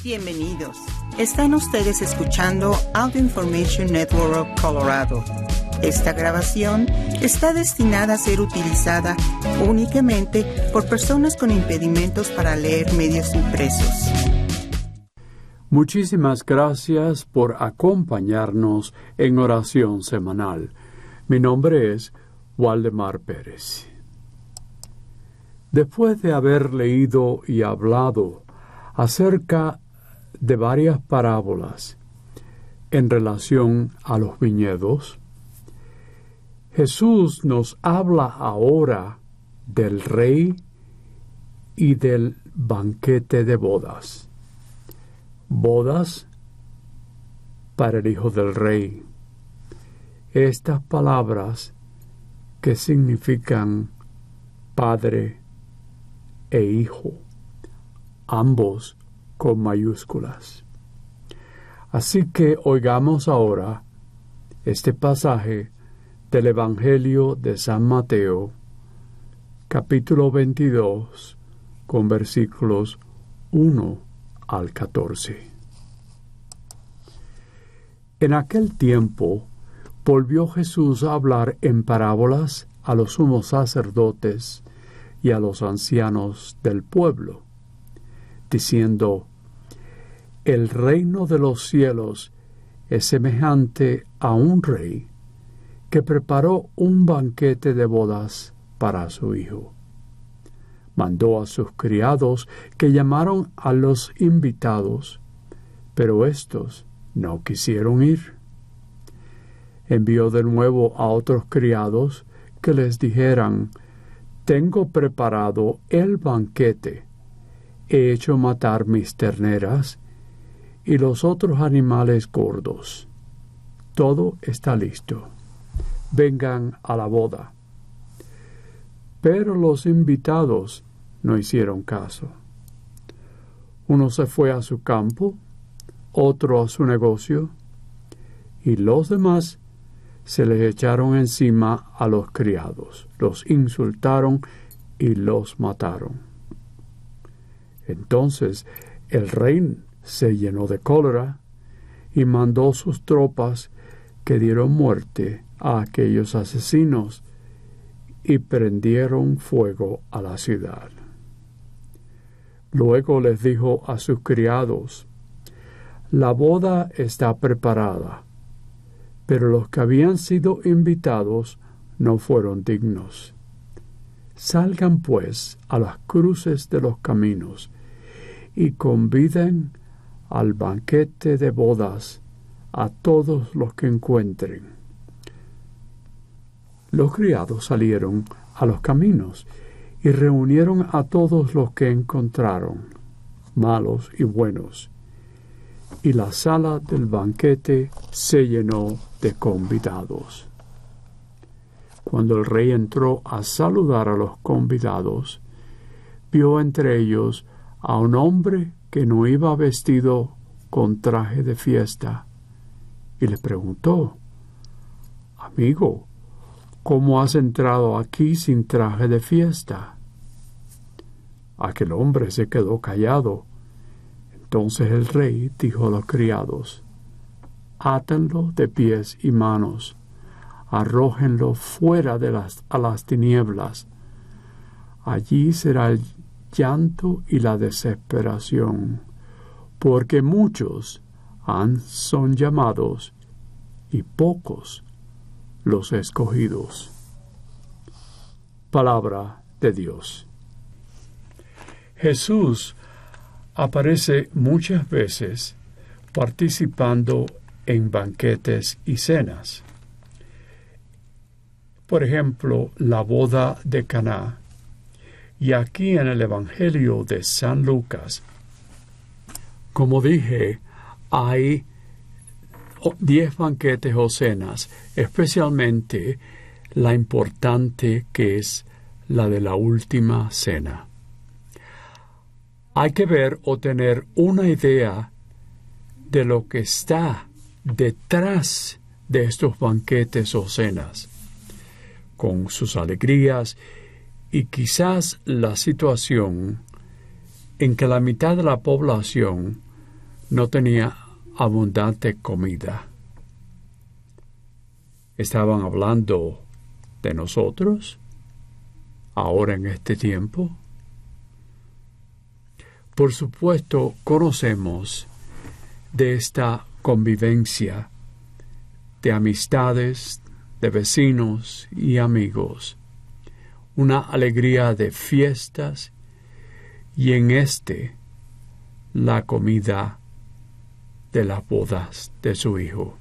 Bienvenidos. Están ustedes escuchando Audio Information Network Colorado. Esta grabación está destinada a ser utilizada únicamente por personas con impedimentos para leer medios impresos. Muchísimas gracias por acompañarnos en oración semanal. Mi nombre es Waldemar Pérez. Después de haber leído y hablado acerca de varias parábolas en relación a los viñedos, Jesús nos habla ahora del rey y del banquete de bodas. Bodas para el hijo del rey. Estas palabras que significan padre e hijo, ambos con mayúsculas. Así que oigamos ahora este pasaje del Evangelio de San Mateo, capítulo 22, con versículos 1 al 14. En aquel tiempo volvió Jesús a hablar en parábolas a los sumos sacerdotes y a los ancianos del pueblo, diciendo: El reino de los cielos es semejante a un rey que preparó un banquete de bodas para su hijo. Mandó a sus criados que llamaron a los invitados, pero éstos no quisieron ir. Envió de nuevo a otros criados que les dijeran: Tengo preparado el banquete, he hecho matar mis terneras y los otros animales gordos. Todo está listo. Vengan a la boda. Pero los invitados no hicieron caso. Uno se fue a su campo, otro a su negocio, y los demás se les echaron encima a los criados, los insultaron y los mataron. Entonces el rey se llenó de cólera y mandó sus tropas, que dieron muerte a aquellos asesinos y prendieron fuego a la ciudad. Luego les dijo a sus criados: La boda está preparada, pero los que habían sido invitados no fueron dignos. Salgan pues a las cruces de los caminos y conviden al banquete de bodas a todos los que encuentren. Los criados salieron a los caminos y reunieron a todos los que encontraron, malos y buenos, y la sala del banquete se llenó de convidados. Cuando el rey entró a saludar a los convidados, vio entre ellos a un hombre que no iba vestido con traje de fiesta, y le preguntó: Amigo, ¿cómo has entrado aquí sin traje de fiesta? Aquel hombre se quedó callado. Entonces el rey dijo a los criados: Átenlo de pies y manos, arrójenlo fuera a las tinieblas. Allí será el llanto y la desesperación, porque muchos son llamados y pocos los escogidos. Palabra de Dios. Jesús aparece muchas veces participando en banquetes y cenas. Por ejemplo, la boda de Caná. Y aquí en el Evangelio de San Lucas, como dije, hay 10 banquetes o cenas, especialmente la importante que es la de la última cena. Hay que ver o tener una idea de lo que está detrás de estos banquetes o cenas, con sus alegrías y quizás la situación en que la mitad de la población no tenía abundante comida. ¿Estaban hablando de nosotros ahora en este tiempo? Por supuesto, conocemos de esta convivencia de amistades, de vecinos y amigos, una alegría de fiestas y en la comida de las bodas de su hijo.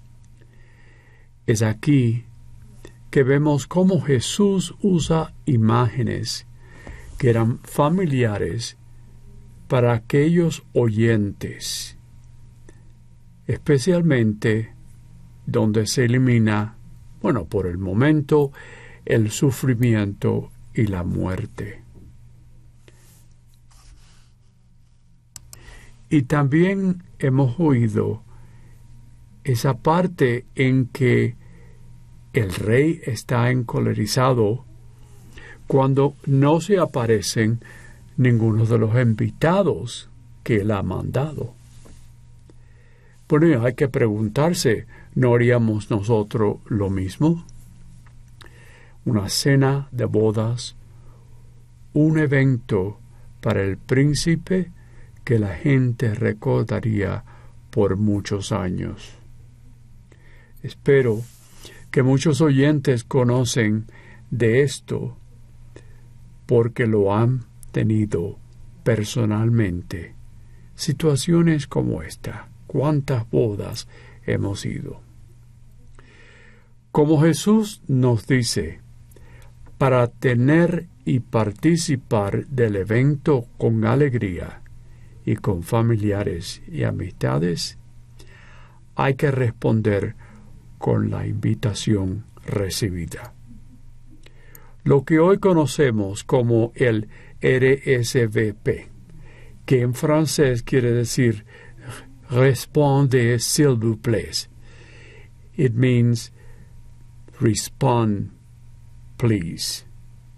Es aquí que vemos cómo Jesús usa imágenes que eran familiares para aquellos oyentes, especialmente donde se elimina, por el momento, el sufrimiento y la muerte. Y también hemos oído esa parte en que el rey está encolerizado cuando no se aparecen ninguno de los invitados que él ha mandado. Bueno, hay que preguntarse, ¿no haríamos nosotros lo mismo? Una cena de bodas, un evento para el príncipe que la gente recordaría por muchos años. Espero que muchos oyentes conocen de esto porque lo han tenido personalmente. Situaciones como esta. ¿Cuántas bodas hemos ido? Como Jesús nos dice, para tener y participar del evento con alegría y con familiares y amistades, hay que responder con la invitación recibida. Lo que hoy conocemos como el RSVP, que en francés quiere decir Répondez s'il vous plaît. It means respond, please.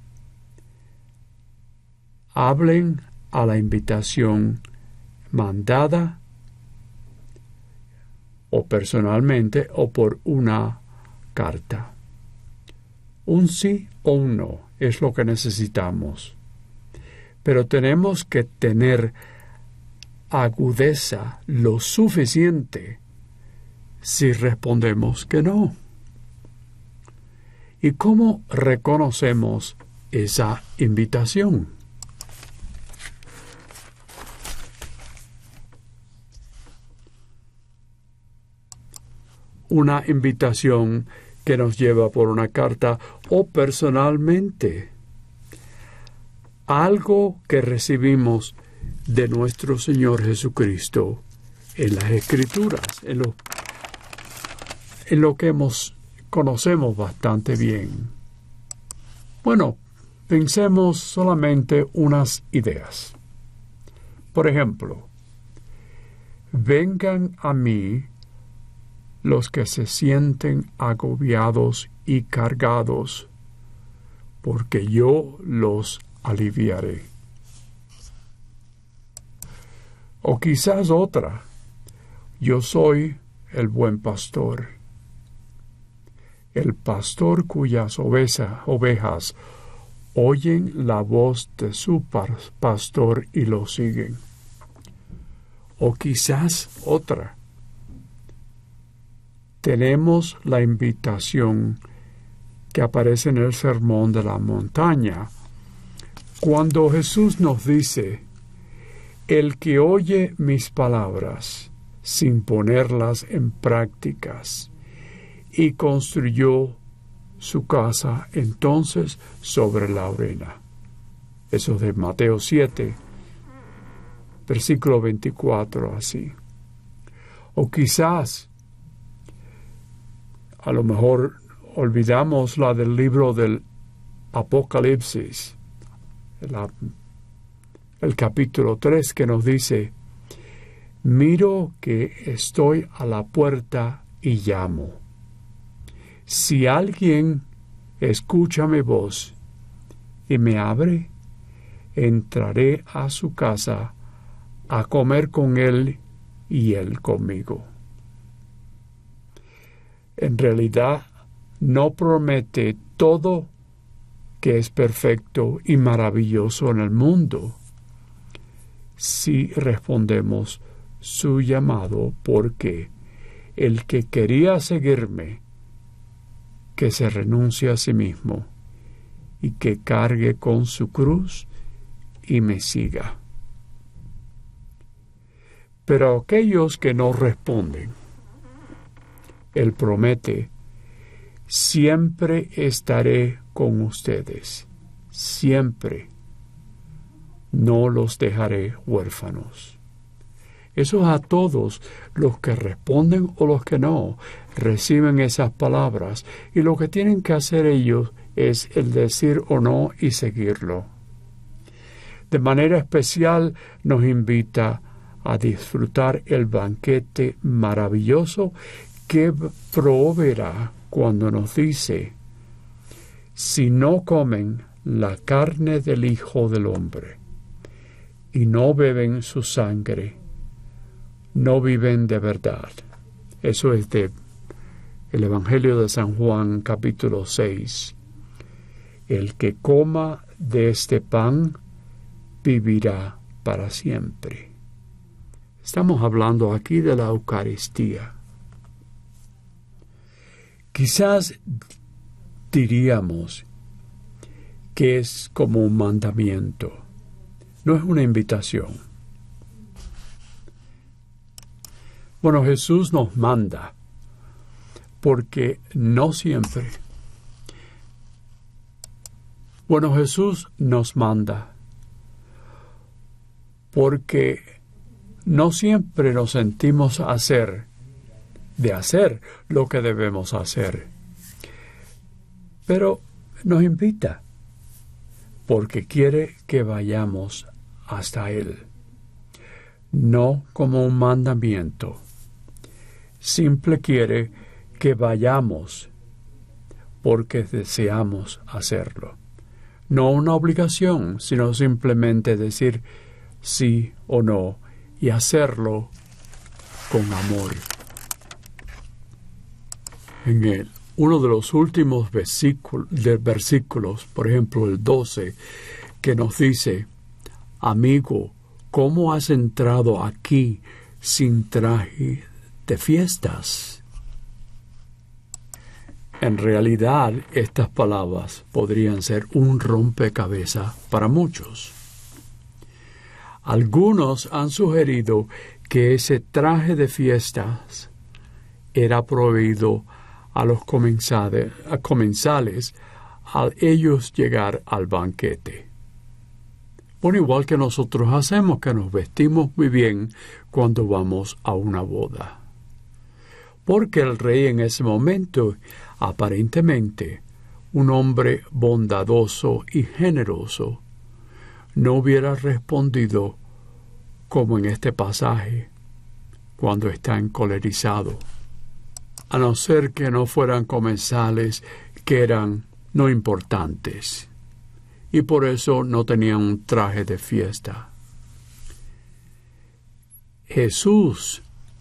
Hablen a la invitación mandada o personalmente o por una carta. Un sí o un no es lo que necesitamos. Pero tenemos que tener agudeza lo suficiente si respondemos que no. ¿Y cómo reconocemos esa invitación? Una invitación que nos lleva por una carta o personalmente. Algo que recibimos de nuestro Señor Jesucristo en las Escrituras, en lo que conocemos bastante bien. Bueno, pensemos solamente unas ideas. Por ejemplo, vengan a mí los que se sienten agobiados y cargados, porque yo los aliviaré. O quizás otra, yo soy el buen pastor, el pastor cuyas ovejas oyen la voz de su pastor y lo siguen. O quizás otra, tenemos la invitación que aparece en el Sermón de la Montaña, cuando Jesús nos dice: el que oye mis palabras sin ponerlas en prácticas y construyó su casa entonces sobre la arena. Eso de Mateo 7, versículo 24, así. O quizás, a lo mejor olvidamos la del libro del Apocalipsis, el capítulo 3, que nos dice: miro que estoy a la puerta y llamo. Si alguien escucha mi voz y me abre, entraré a su casa a comer con él y Él conmigo. En realidad, no promete todo que es perfecto y maravilloso en el mundo si respondemos su llamado, porque el que quería seguirme, que se renuncie a sí mismo y que cargue con su cruz y me siga. Pero aquellos que no responden, Él promete: siempre estaré con ustedes, siempre. No los dejaré huérfanos. Eso es a todos los que responden o los que no reciben esas palabras, y lo que tienen que hacer ellos es el decir o no y seguirlo. De manera especial nos invita a disfrutar el banquete maravilloso que proveerá cuando nos dice: si no comen la carne del Hijo del Hombre y no beben su sangre, no viven de verdad. Eso es de el Evangelio de San Juan, capítulo 6. El que coma de este pan vivirá para siempre. Estamos hablando aquí de la Eucaristía. Quizás diríamos que es como un mandamiento, no es una invitación. Bueno, Jesús nos manda, porque no siempre. Bueno, Jesús nos manda, porque no siempre nos sentimos de hacer lo que debemos hacer. Pero nos invita, porque quiere que vayamos hasta Él. No como un mandamiento. Simple quiere que vayamos porque deseamos hacerlo. No una obligación, sino simplemente decir sí o no y hacerlo con amor. En uno de los últimos versículos, por ejemplo el 12, que nos dice: amigo, ¿cómo has entrado aquí sin traje de fiestas? En realidad, estas palabras podrían ser un rompecabezas para muchos. Algunos han sugerido que ese traje de fiestas era prohibido a los comensales al ellos llegar al banquete. Bueno, igual que nosotros hacemos, que nos vestimos muy bien cuando vamos a una boda. Porque el rey en ese momento, aparentemente, un hombre bondadoso y generoso, no hubiera respondido como en este pasaje, cuando está encolerizado, a no ser que no fueran comensales que eran no importantes, y por eso no tenían un traje de fiesta. Jesús,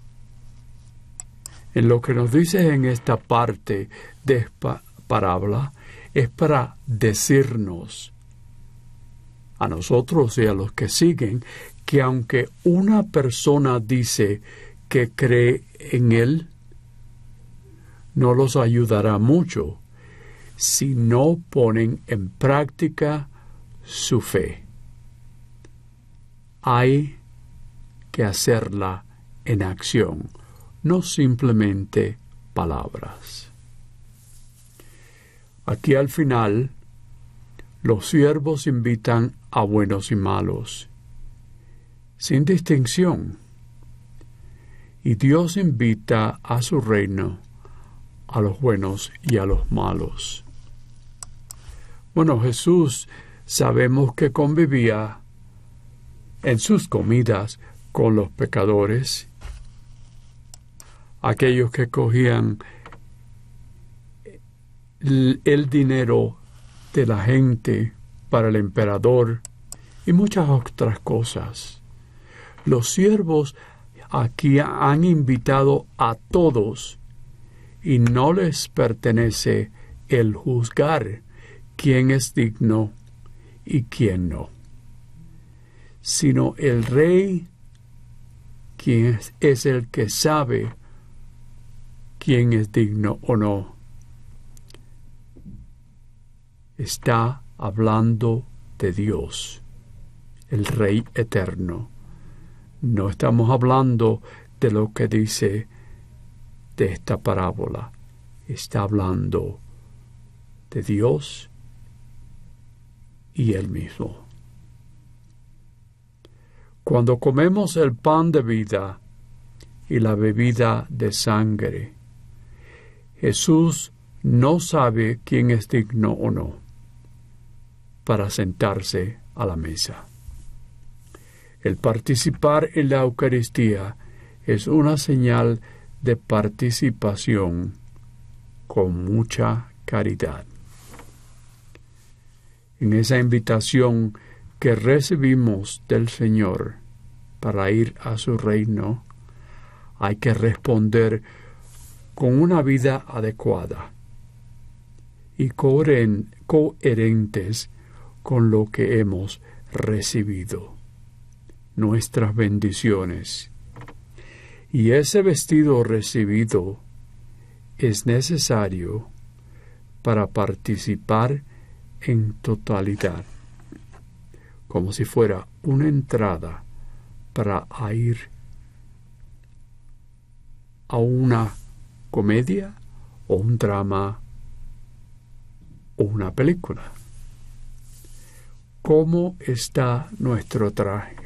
en lo que nos dice en esta parte de esta parábola, es para decirnos a nosotros y a los que siguen que aunque una persona dice que cree en Él, no los ayudará mucho si no ponen en práctica su fe. Hay que hacerla en acción, no simplemente palabras. Aquí al final, los siervos invitan a buenos y malos, sin distinción, y Dios invita a su reino a los buenos y a los malos. Bueno, Jesús sabemos que convivía en sus comidas con los pecadores, aquellos que cogían el dinero de la gente para el emperador y muchas otras cosas. Los siervos aquí han invitado a todos y no les pertenece el juzgar quién es digno y quién no, sino el Rey, quien es el que sabe quién es digno o no. Está hablando de Dios, el Rey eterno. No estamos hablando de lo que dice de esta parábola. Está hablando de Dios y Él mismo. Cuando comemos el pan de vida y la bebida de sangre, Jesús no sabe quién es digno o no para sentarse a la mesa. El participar en la Eucaristía es una señal de participación con mucha caridad. En esa invitación que recibimos del Señor para ir a su reino, hay que responder con una vida adecuada y coherentes con lo que hemos recibido, nuestras bendiciones. Y ese vestido recibido es necesario para participar en totalidad, como si fuera una entrada para ir a una comedia o un drama o una película. ¿Cómo está nuestro traje?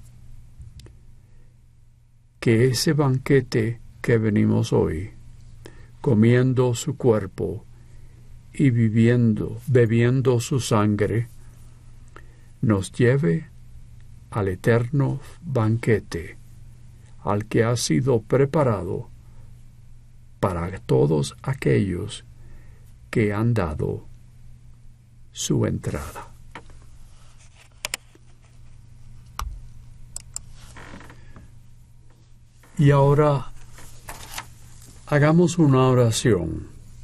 Que ese banquete que venimos hoy, comiendo su cuerpo y bebiendo su sangre, nos lleve al eterno banquete al que ha sido preparado para todos aquellos que han dado su entrada. Y ahora hagamos una oración.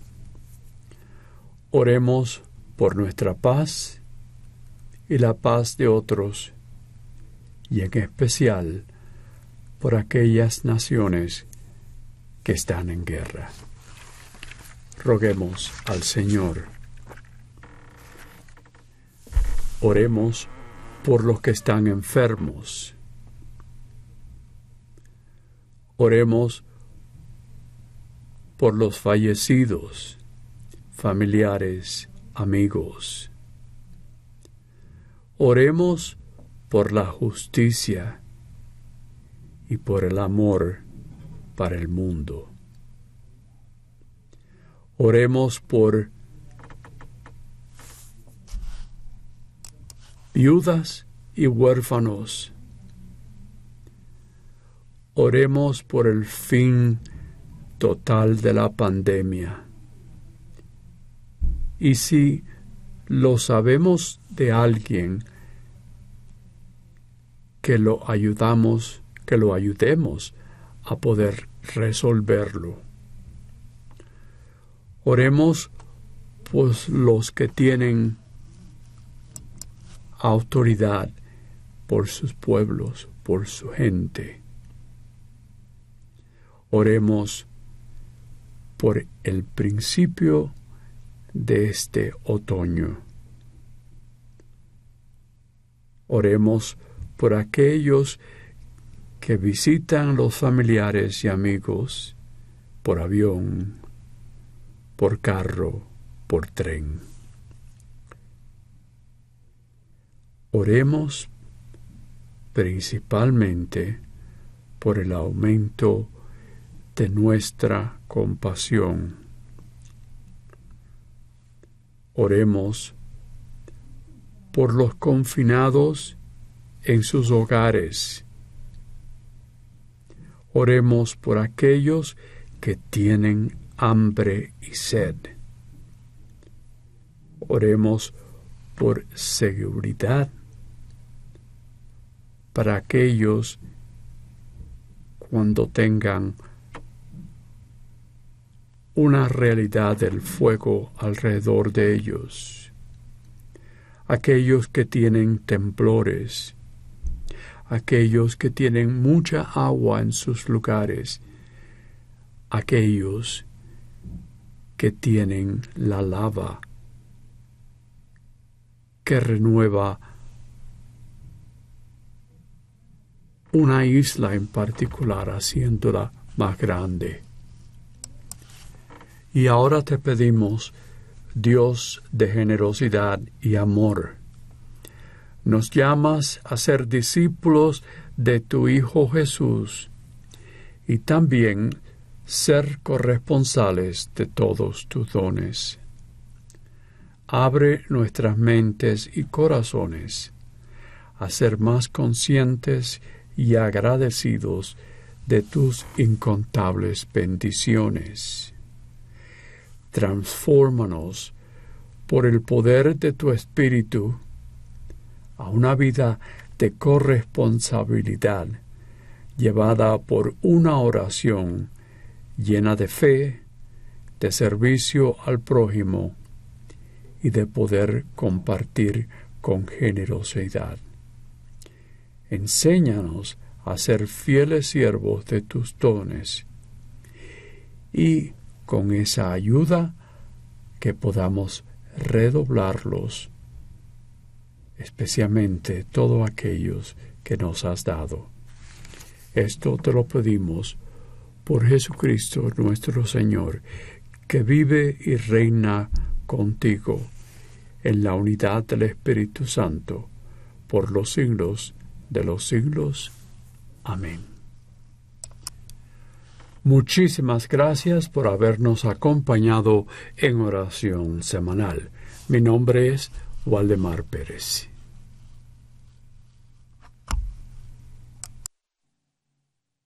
Oremos por nuestra paz y la paz de otros, y en especial por aquellas naciones que están en guerra. Roguemos al Señor. Oremos por los que están enfermos. Oremos por los fallecidos, familiares, amigos. Oremos por la justicia y por el amor para el mundo. Oremos por viudas y huérfanos. Oremos por el fin total de la pandemia. Y si lo sabemos de alguien, que lo ayudemos a poder resolverlo. Oremos por los que tienen autoridad por sus pueblos, por su gente. Oremos por el principio de este otoño. Oremos por aquellos que visitan los familiares y amigos por avión, por carro, por tren. Oremos principalmente por el aumento de nuestra compasión. Oremos por los confinados en sus hogares. Oremos por aquellos que tienen hambre y sed. Oremos por seguridad para aquellos cuando tengan una realidad del fuego alrededor de ellos. Aquellos que tienen temblores, aquellos que tienen mucha agua en sus lugares, aquellos que tienen la lava que renueva una isla en particular, haciéndola más grande. Y ahora te pedimos, Dios de generosidad y amor, nos llamas a ser discípulos de tu Hijo Jesús y también ser corresponsales de todos tus dones. Abre nuestras mentes y corazones a ser más conscientes y agradecidos de tus incontables bendiciones. Transfórmanos por el poder de tu Espíritu a una vida de corresponsabilidad llevada por una oración llena de fe, de servicio al prójimo y de poder compartir con generosidad. Enséñanos a ser fieles siervos de tus dones y con esa ayuda que podamos redoblarlos, especialmente todos aquellos que nos has dado. Esto te lo pedimos por Jesucristo nuestro Señor, que vive y reina contigo en la unidad del Espíritu Santo, por los siglos de los siglos. Amén. Muchísimas gracias por habernos acompañado en oración semanal. Mi nombre es Waldemar Pérez.